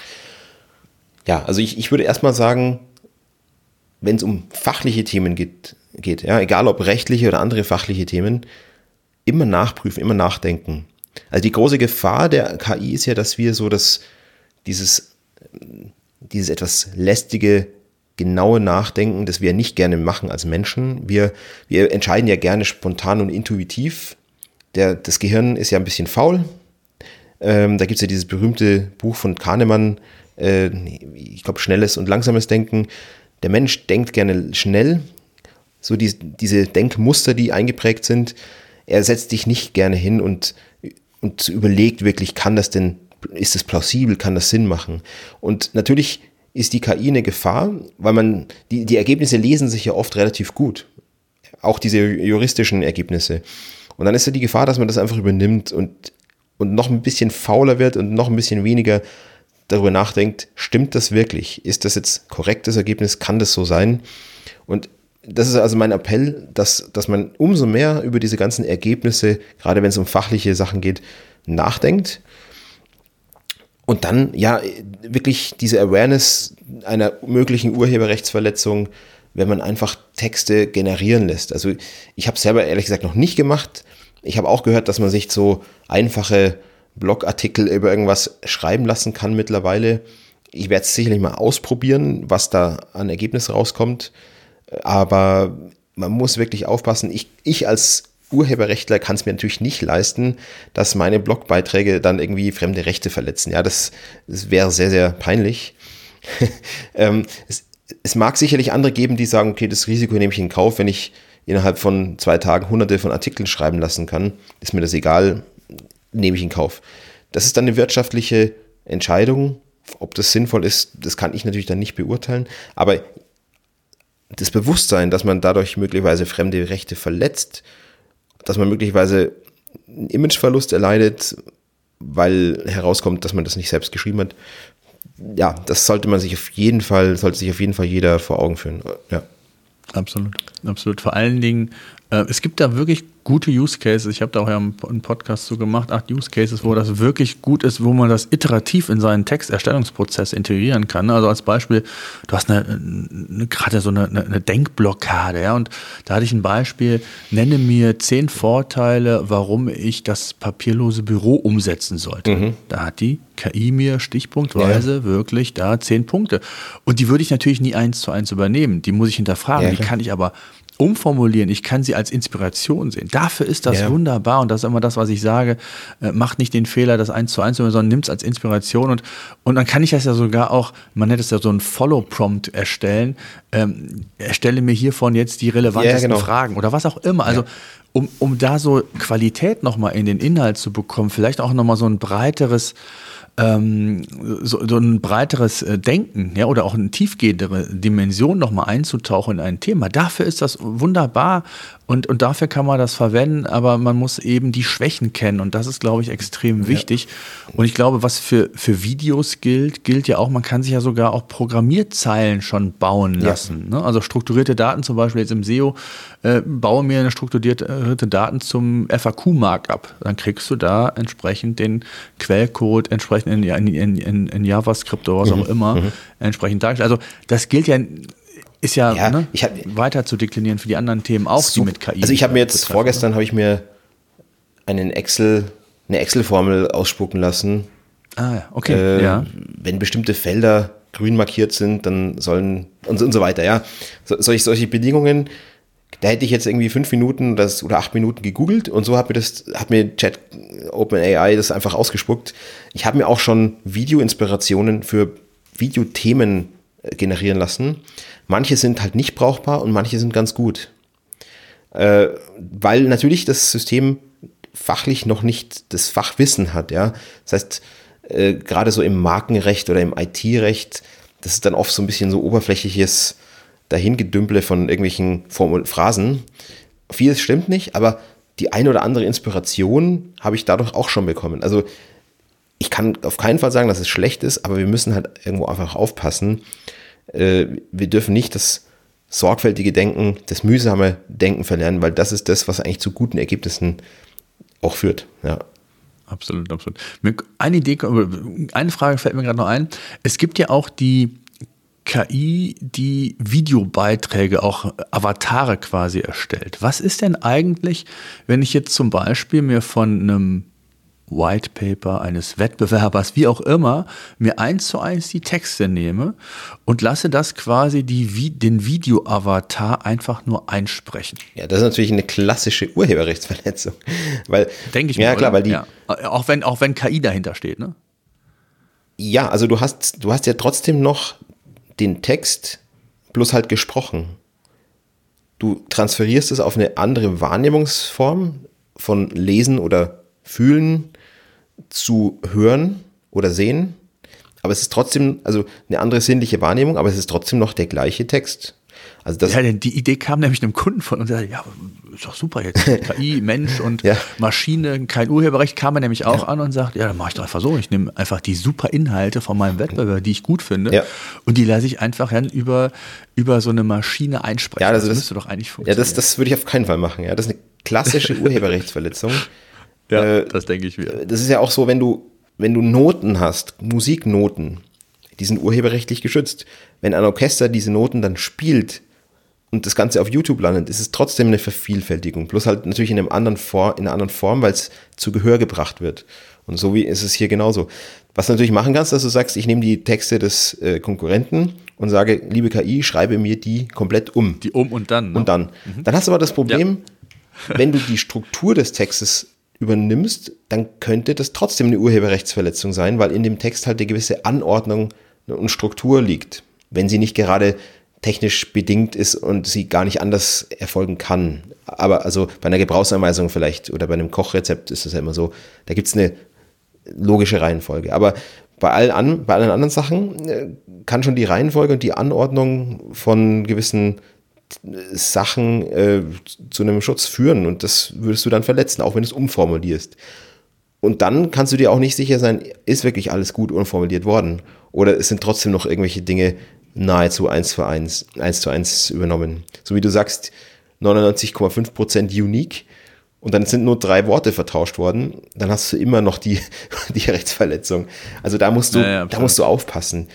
Ja, also ich, ich würde erstmal sagen, wenn es um fachliche Themen geht, geht, ja, egal ob rechtliche oder andere fachliche Themen, immer nachprüfen, immer nachdenken. Also die große Gefahr der K I ist ja, dass wir so das, dieses, dieses etwas lästige, genaue Nachdenken, das wir nicht gerne machen als Menschen. Wir, wir entscheiden ja gerne spontan und intuitiv. Der, das Gehirn ist ja ein bisschen faul. Ähm, da gibt es ja dieses berühmte Buch von Kahnemann, äh, ich glaube, schnelles und langsames Denken. Der Mensch denkt gerne schnell, so die, diese Denkmuster, die eingeprägt sind. Er setzt sich nicht gerne hin und, und überlegt wirklich, kann das denn, ist das plausibel, kann das Sinn machen? Und natürlich ist die K I eine Gefahr, weil man, die, die Ergebnisse lesen sich ja oft relativ gut. Auch diese juristischen Ergebnisse. Und dann ist ja die Gefahr, dass man das einfach übernimmt und, und noch ein bisschen fauler wird und noch ein bisschen weniger darüber nachdenkt, stimmt das wirklich? Ist das jetzt korrektes Ergebnis? Kann das so sein? Und das ist also mein Appell, dass, dass man umso mehr über diese ganzen Ergebnisse, gerade wenn es um fachliche Sachen geht, nachdenkt und dann ja wirklich diese Awareness einer möglichen Urheberrechtsverletzung, wenn man einfach Texte generieren lässt. Also ich habe es selber ehrlich gesagt noch nicht gemacht. Ich habe auch gehört, dass man sich so einfache Blogartikel über irgendwas schreiben lassen kann mittlerweile. Ich werde es sicherlich mal ausprobieren, was da an Ergebnis rauskommt. Aber man muss wirklich aufpassen. Ich, ich als Urheberrechtler kann es mir natürlich nicht leisten, dass meine Blogbeiträge dann irgendwie fremde Rechte verletzen. Ja, das, das wäre sehr, sehr peinlich. ähm, es, es mag sicherlich andere geben, die sagen, okay, das Risiko nehme ich in Kauf, wenn ich innerhalb von zwei Tagen hunderte von Artikeln schreiben lassen kann. Ist mir das egal, nehme ich in Kauf. Das ist dann eine wirtschaftliche Entscheidung. Ob das sinnvoll ist, das kann ich natürlich dann nicht beurteilen. Aber das Bewusstsein, dass man dadurch möglicherweise fremde Rechte verletzt, dass man möglicherweise einen Imageverlust erleidet, weil herauskommt, dass man das nicht selbst geschrieben hat, ja, das sollte man sich auf jeden Fall, sollte sich auf jeden Fall jeder vor Augen führen. Ja. Absolut, absolut. Vor allen Dingen, äh, es gibt da wirklich gute Use Cases. Ich habe da auch ja einen Podcast zu gemacht, acht Use Cases, wo das wirklich gut ist, wo man das iterativ in seinen Texterstellungsprozess integrieren kann. Also als Beispiel, du hast eine, eine, gerade so eine, eine Denkblockade, ja, und da hatte ich ein Beispiel, nenne mir zehn Vorteile, warum ich das papierlose Büro umsetzen sollte. Mhm. Da hat die K I mir stichpunktweise ja. wirklich da zehn Punkte. Und die würde ich natürlich nie eins zu eins übernehmen. Die muss ich hinterfragen. Ja, die kann ich aber umformulieren, ich kann sie als Inspiration sehen. Dafür ist das ja. wunderbar und das ist immer das, was ich sage, äh, macht nicht den Fehler, das eins zu eins, sondern nimmt es als Inspiration und, und dann kann ich das ja sogar auch, man nennt es ja so einen Follow-Prompt erstellen, ähm, erstelle mir hiervon jetzt die relevantesten ja, genau. Fragen oder was auch immer, also ja. um, um da so Qualität nochmal in den Inhalt zu bekommen, vielleicht auch nochmal so ein breiteres Ähm, so, so ein breiteres äh, Denken, ja, oder auch eine tiefgehendere Dimension nochmal einzutauchen in ein Thema. Dafür ist das wunderbar und, und dafür kann man das verwenden, aber man muss eben die Schwächen kennen und das ist, glaube ich, extrem wichtig. Ja. Und ich glaube, was für, für Videos gilt, gilt ja auch, man kann sich ja sogar auch Programmierzeilen schon bauen lassen. Ja. Ne? Also strukturierte Daten zum Beispiel jetzt im S E O, äh, baue mir eine strukturierte Daten zum F A Q-Markup. Dann kriegst du da entsprechend den Quellcode entsprechend In, in, in, in JavaScript oder was mhm, auch immer mhm. entsprechend dargestellt. Also das gilt ja, ist ja, ja ne, ich hab, weiter zu deklinieren für die anderen Themen auch, super. Die mit K I. Also ich habe mir jetzt betreffen. vorgestern habe ich mir einen Excel, eine Excel-Formel ausspucken lassen. Ah ja, okay. Äh, ja. Wenn bestimmte Felder grün markiert sind, dann sollen und, und so weiter, ja. So, solche, solche Bedingungen, da hätte ich jetzt irgendwie fünf Minuten das, oder acht Minuten gegoogelt und so hat mir das, hat mir Chat OpenAI das einfach ausgespuckt. Ich habe mir auch schon Video-Inspirationen für Videothemen generieren lassen. Manche sind halt nicht brauchbar und manche sind ganz gut. Äh, weil natürlich das System fachlich noch nicht das Fachwissen hat, ja. Das heißt, äh, gerade so im Markenrecht oder im I T-Recht, das ist dann oft so ein bisschen so oberflächliches Dahingedümple von irgendwelchen Formul- Phrasen. Vieles stimmt nicht, aber die eine oder andere Inspiration habe ich dadurch auch schon bekommen. Also ich kann auf keinen Fall sagen, dass es schlecht ist, aber wir müssen halt irgendwo einfach aufpassen. Äh, wir dürfen nicht das sorgfältige Denken, das mühsame Denken verlernen, weil das ist das, was eigentlich zu guten Ergebnissen auch führt. Ja. Absolut, absolut. Eine Idee, eine Frage fällt mir gerade noch ein. Es gibt ja auch die K I, die Videobeiträge, auch Avatare quasi erstellt. Was ist denn eigentlich, wenn ich jetzt zum Beispiel mir von einem White Paper eines Wettbewerbers, wie auch immer, mir eins zu eins die Texte nehme und lasse das quasi die, den Video-Avatar einfach nur einsprechen? Ja, das ist natürlich eine klassische Urheberrechtsverletzung. Weil, denke ich ja, mir, klar, oder? weil die, ja. Auch wenn, auch wenn K I dahinter steht, ne? Ja, also du hast, du hast ja trotzdem noch den Text bloß halt gesprochen. Du transferierst es auf eine andere Wahrnehmungsform von Lesen oder Fühlen zu Hören oder Sehen, aber es ist trotzdem, also eine andere sinnliche Wahrnehmung, aber es ist trotzdem noch der gleiche Text. Also das ja, denn die Idee kam nämlich einem Kunden von uns, der sagte, ja, ist doch super jetzt, K I, Mensch und ja. Maschine, kein Urheberrecht, kam er nämlich auch ja. an und sagt, ja, dann mache ich doch einfach so, ich nehme einfach die super Inhalte von meinem Wettbewerber, die ich gut finde, ja. und die lasse ich einfach dann über, über so eine Maschine einsprechen. Ja, also das, das müsste doch eigentlich funktionieren. Ja, das, das würde ich auf keinen Fall machen. Ja, das ist eine klassische Urheberrechtsverletzung. Ja, äh, das denke ich mir. Das ist ja auch so, wenn du, wenn du Noten hast, Musiknoten, die sind urheberrechtlich geschützt. Wenn ein Orchester diese Noten dann spielt und das Ganze auf YouTube landet, ist es trotzdem eine Vervielfältigung. Bloß halt natürlich in, einem anderen Form, in einer anderen Form, weil es zu Gehör gebracht wird. Und so wie ist es hier genauso. Was du natürlich machen kannst, dass du sagst, ich nehme die Texte des äh, Konkurrenten und sage, liebe K I, schreibe mir die komplett um. Die um und dann. Ne? Und dann. Mhm. Dann hast du aber das Problem, ja. wenn du die Struktur des Textes übernimmst, dann könnte das trotzdem eine Urheberrechtsverletzung sein, weil in dem Text halt eine gewisse Anordnung und Struktur liegt, wenn sie nicht gerade technisch bedingt ist und sie gar nicht anders erfolgen kann. Aber also bei einer Gebrauchsanweisung vielleicht oder bei einem Kochrezept ist das ja immer so, da gibt es eine logische Reihenfolge. Aber bei allen, an, bei allen anderen Sachen kann schon die Reihenfolge und die Anordnung von gewissen Sachen äh, zu einem Schutz führen und das würdest du dann verletzen, auch wenn du es umformulierst. Und dann kannst du dir auch nicht sicher sein, ist wirklich alles gut umformuliert worden oder es sind trotzdem noch irgendwelche Dinge nahezu eins zu eins, eins zu eins übernommen. So wie du sagst, neunundneunzig Komma fünf Prozent unique und dann sind nur drei Worte vertauscht worden, dann hast du immer noch die, die Rechtsverletzung. Also da musst du, ja, ja, da musst du aufpassen.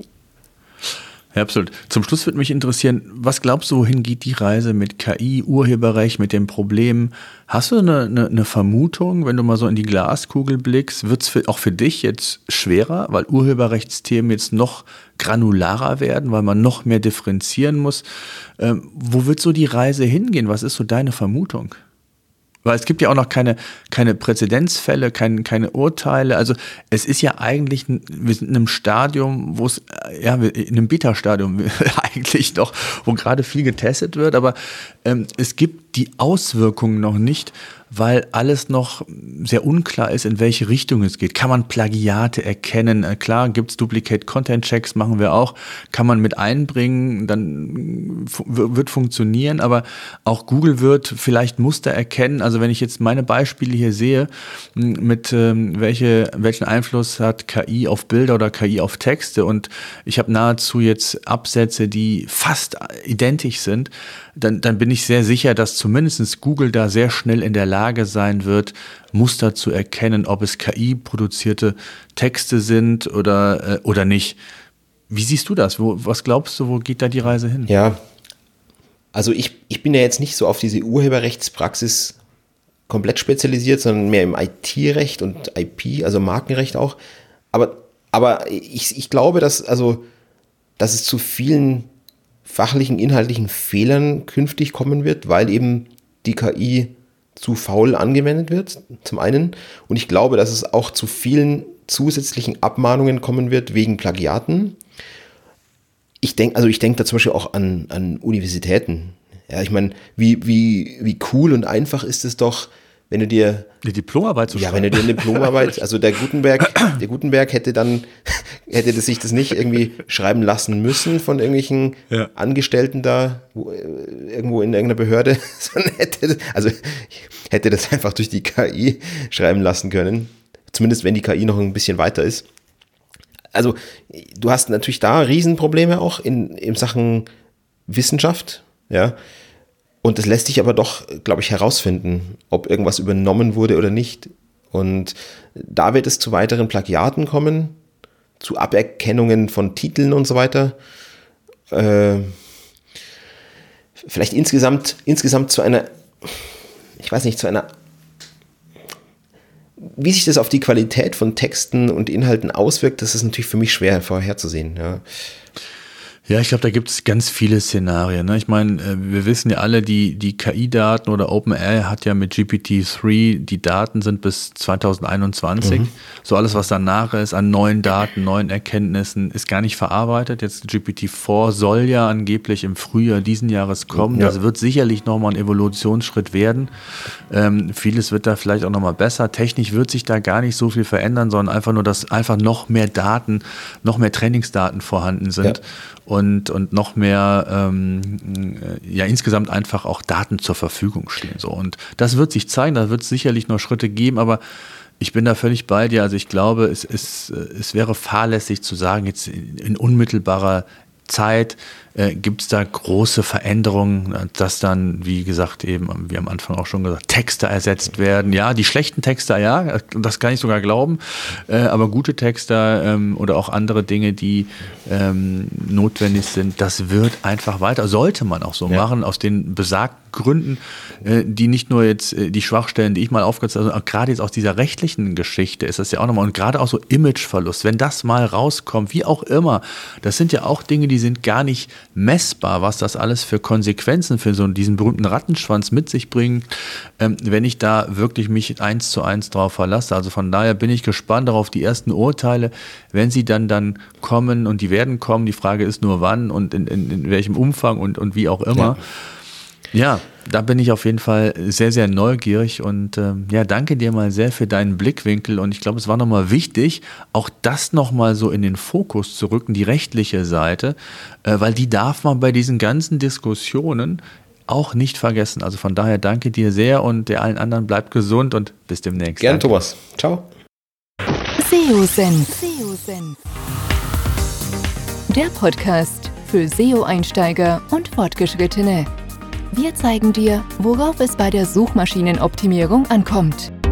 Ja, absolut. Zum Schluss würde mich interessieren, was glaubst du, wohin geht die Reise mit K I, Urheberrecht, mit dem Problem? Hast du eine, eine, eine Vermutung, wenn du mal so in die Glaskugel blickst, wird es auch für dich jetzt schwerer, weil Urheberrechtsthemen jetzt noch granularer werden, weil man noch mehr differenzieren muss? Ähm, wo wird so die Reise hingehen? Was ist so deine Vermutung? Weil es gibt ja auch noch keine, keine Präzedenzfälle, kein, keine Urteile. Also es ist ja eigentlich, wir sind in einem Stadium, wo es, ja, in einem Beta-Stadium eigentlich noch, wo gerade viel getestet wird, aber ähm, es gibt die Auswirkungen noch nicht, weil alles noch sehr unklar ist, in welche Richtung es geht. Kann man Plagiate erkennen? Klar, gibt es Duplicate-Content-Checks, machen wir auch. Kann man mit einbringen, dann wird funktionieren, aber auch Google wird vielleicht Muster erkennen. Also wenn ich jetzt meine Beispiele hier sehe, mit ähm, welche, welchen Einfluss hat K I auf Bilder oder K I auf Texte und ich habe nahezu jetzt Absätze, die fast identisch sind, dann, dann bin ich sehr sicher, dass zumindest Google da sehr schnell in der Lage sein wird, Muster zu erkennen, ob es K I-produzierte Texte sind oder, äh, oder nicht. Wie siehst du das? Wo, was glaubst du, wo geht da die Reise hin? Ja, also ich, ich bin ja jetzt nicht so auf diese Urheberrechtspraxis komplett spezialisiert, sondern mehr im I T-Recht und I P, also Markenrecht auch. Aber, aber ich, ich glaube, dass also dass es zu vielen fachlichen, inhaltlichen Fehlern künftig kommen wird, weil eben die K I zu faul angewendet wird, zum einen. Und ich glaube, dass es auch zu vielen zusätzlichen Abmahnungen kommen wird wegen Plagiaten. Ich denke, also ich denke da zum Beispiel auch an, an Universitäten. Ja, ich meine, wie, wie, wie cool und einfach ist es doch, wenn du dir eine Diplomarbeit zu ja, schreiben. wenn du dir eine Diplomarbeit, also der Gutenberg, der Gutenberg hätte dann, hätte das sich das nicht irgendwie schreiben lassen müssen von irgendwelchen ja. Angestellten da, wo, irgendwo in irgendeiner Behörde, sondern hätte, also hätte das einfach durch die K I schreiben lassen können. Zumindest wenn die K I noch ein bisschen weiter ist. Also du hast natürlich da Riesenprobleme auch in, in Sachen Wissenschaft, ja. Und das lässt sich aber doch, glaube ich, herausfinden, ob irgendwas übernommen wurde oder nicht. Und da wird es zu weiteren Plagiaten kommen, zu Aberkennungen von Titeln und so weiter. Äh, vielleicht insgesamt, insgesamt zu einer, ich weiß nicht, zu einer, wie sich das auf die Qualität von Texten und Inhalten auswirkt, das ist natürlich für mich schwer vorherzusehen, ja. Ja, ich glaube, da gibt es ganz viele Szenarien. Ne? Ich meine, wir wissen ja alle, die, die K I-Daten oder OpenAI hat ja mit G P T drei, die Daten sind bis zwanzig einundzwanzig. Mhm. So alles, was danach ist an neuen Daten, neuen Erkenntnissen, ist gar nicht verarbeitet. Jetzt G P T vier soll ja angeblich im Frühjahr diesen Jahres kommen. Ja. Das wird sicherlich nochmal ein Evolutionsschritt werden. Ähm, vieles wird da vielleicht auch nochmal besser. Technisch wird sich da gar nicht so viel verändern, sondern einfach nur, dass einfach noch mehr Daten, noch mehr Trainingsdaten vorhanden sind. Ja. Und, und noch mehr, ähm, ja, insgesamt einfach auch Daten zur Verfügung stehen. So. Und das wird sich zeigen, da wird es sicherlich noch Schritte geben, aber ich bin da völlig bei dir. Also ich glaube, es, es, es wäre fahrlässig zu sagen, jetzt in, in unmittelbarer Zeit äh, gibt es da große Veränderungen, dass dann, wie gesagt, eben, wie am Anfang auch schon gesagt, Texte ersetzt werden. Ja, die schlechten Texte, ja, das kann ich sogar glauben, äh, aber gute Texte ähm, oder auch andere Dinge, die ähm, notwendig sind, das wird einfach weiter, sollte man auch so ja. machen, aus den besagten Gründen, äh, die nicht nur jetzt äh, die Schwachstellen, die ich mal aufgezeigt habe, sondern auch gerade jetzt aus dieser rechtlichen Geschichte ist das ja auch nochmal, und gerade auch so Imageverlust, wenn das mal rauskommt, wie auch immer, das sind ja auch Dinge, die sind gar nicht messbar, was das alles für Konsequenzen für so diesen berühmten Rattenschwanz mit sich bringen, ähm, wenn ich da wirklich mich eins zu eins drauf verlasse. Also von daher bin ich gespannt darauf, die ersten Urteile, wenn sie dann dann kommen, und die werden kommen, die Frage ist nur wann und in, in, in welchem Umfang und, und wie auch immer. Ja. Ja, da bin ich auf jeden Fall sehr, sehr neugierig und ähm, ja, danke dir mal sehr für deinen Blickwinkel, und ich glaube, es war nochmal wichtig, auch das nochmal so in den Fokus zu rücken, die rechtliche Seite, äh, weil die darf man bei diesen ganzen Diskussionen auch nicht vergessen. Also von daher danke dir sehr, und der allen anderen bleibt gesund und bis demnächst. Gern, danke. Thomas. Ciao. S E O-Senf. Der Podcast für S E O-Einsteiger und Fortgeschrittene. Wir zeigen dir, worauf es bei der Suchmaschinenoptimierung ankommt.